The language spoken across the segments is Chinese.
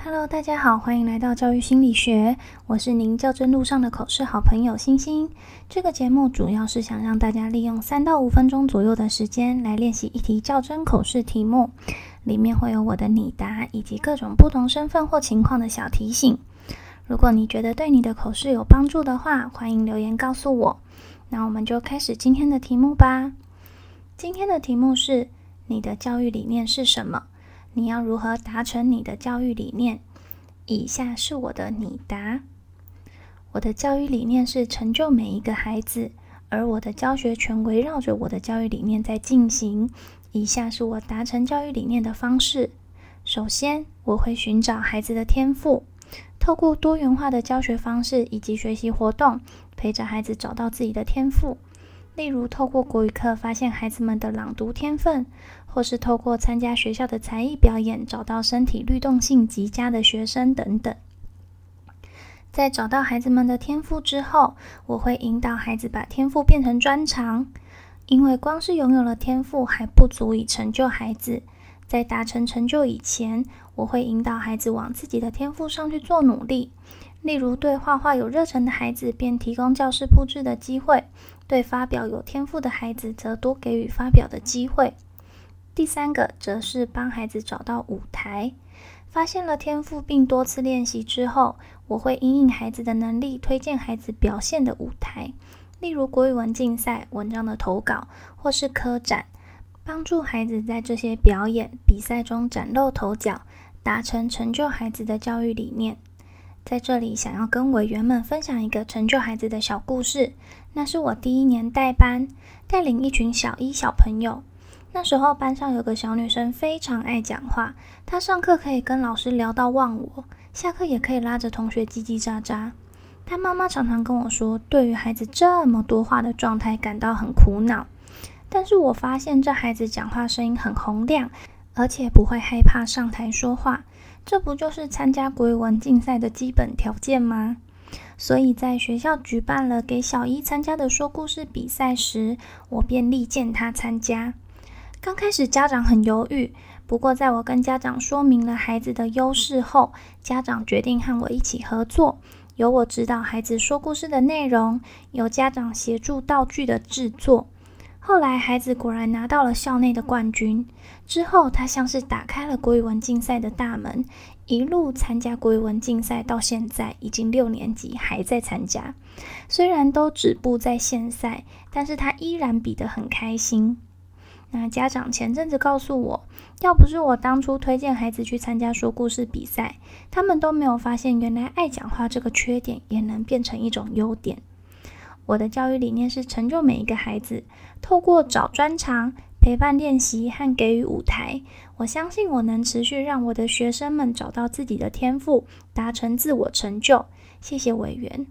Hello， 大家好，欢迎来到教育心理学，我是您教真路上的口试好朋友星星。这个节目主要是想让大家利用3到5分钟左右的时间来练习一题教真口试题目，里面会有我的拟答以及各种不同身份或情况的小提醒。如果你觉得对你的口试有帮助的话，欢迎留言告诉我。那我们就开始今天的题目吧。今天的题目是：你的教育理念是什么？你要如何达成你的教育理念？以下是我的拟答。我的教育理念是成就每一个孩子，而我的教学全围绕着我的教育理念在进行。以下是我达成教育理念的方式。首先，我会寻找孩子的天赋，透过多元化的教学方式以及学习活动，陪着孩子找到自己的天赋。例如透过国语课发现孩子们的朗读天分，或是透过参加学校的才艺表演找到身体律动性极佳的学生等等。在找到孩子们的天赋之后，我会引导孩子把天赋变成专长，因为光是拥有了天赋还不足以成就孩子。在达成成就以前，我会引导孩子往自己的天赋上去做努力。例如对画画有热忱的孩子便提供教室布置的机会，对发表有天赋的孩子则多给予发表的机会。第三个则是帮孩子找到舞台。发现了天赋并多次练习之后，我会因应孩子的能力推荐孩子表现的舞台，例如国语文竞赛、文章的投稿或是科展，帮助孩子在这些表演比赛中崭露头角，达成成就孩子的教育理念。在这里想要跟委员们分享一个成就孩子的小故事。那是我第1年带班，带领一群小一小朋友。那时候班上有个小女生非常爱讲话，她上课可以跟老师聊到忘我，下课也可以拉着同学叽叽喳喳。她妈妈常常跟我说，对于孩子这么多话的状态感到很苦恼。但是我发现这孩子讲话声音很洪亮，而且不会害怕上台说话，这不就是参加国语文竞赛的基本条件吗？所以在学校举办了给小一参加的说故事比赛时，我便力荐他参加。刚开始家长很犹豫，不过在我跟家长说明了孩子的优势后，家长决定和我一起合作，由我指导孩子说故事的内容，由家长协助道具的制作。后来孩子果然拿到了校内的冠军，之后他像是打开了国语文竞赛的大门，一路参加国语文竞赛到现在已经6年级还在参加。虽然都止步在县赛，但是他依然比得很开心。那家长前阵子告诉我，要不是我当初推荐孩子去参加说故事比赛，他们都没有发现原来爱讲话这个缺点也能变成一种优点。我的教育理念是成就每一个孩子，透过找专长、陪伴练习和给予舞台，我相信我能持续让我的学生们找到自己的天赋，达成自我成就。谢谢委员。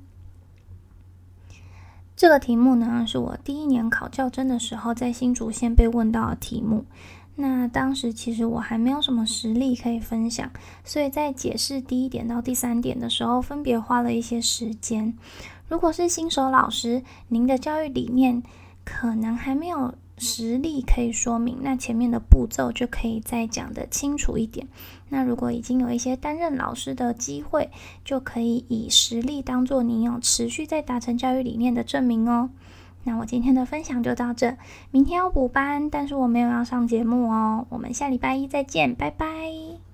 这个题目呢，是我第1年考教真的时候在新竹县被问到的题目。那当时其实我还没有什么实例可以分享，所以在解释第1点到第3点的时候，分别花了一些时间。如果是新手老师，您的教育理念可能还没有实例可以说明，那前面的步骤就可以再讲得清楚一点。那如果已经有一些担任老师的机会，就可以以实例当作您有持续在达成教育理念的证明哦。那我今天的分享就到这，明天要补班，但是我没有要上节目哦。我们下礼拜一再见，拜拜。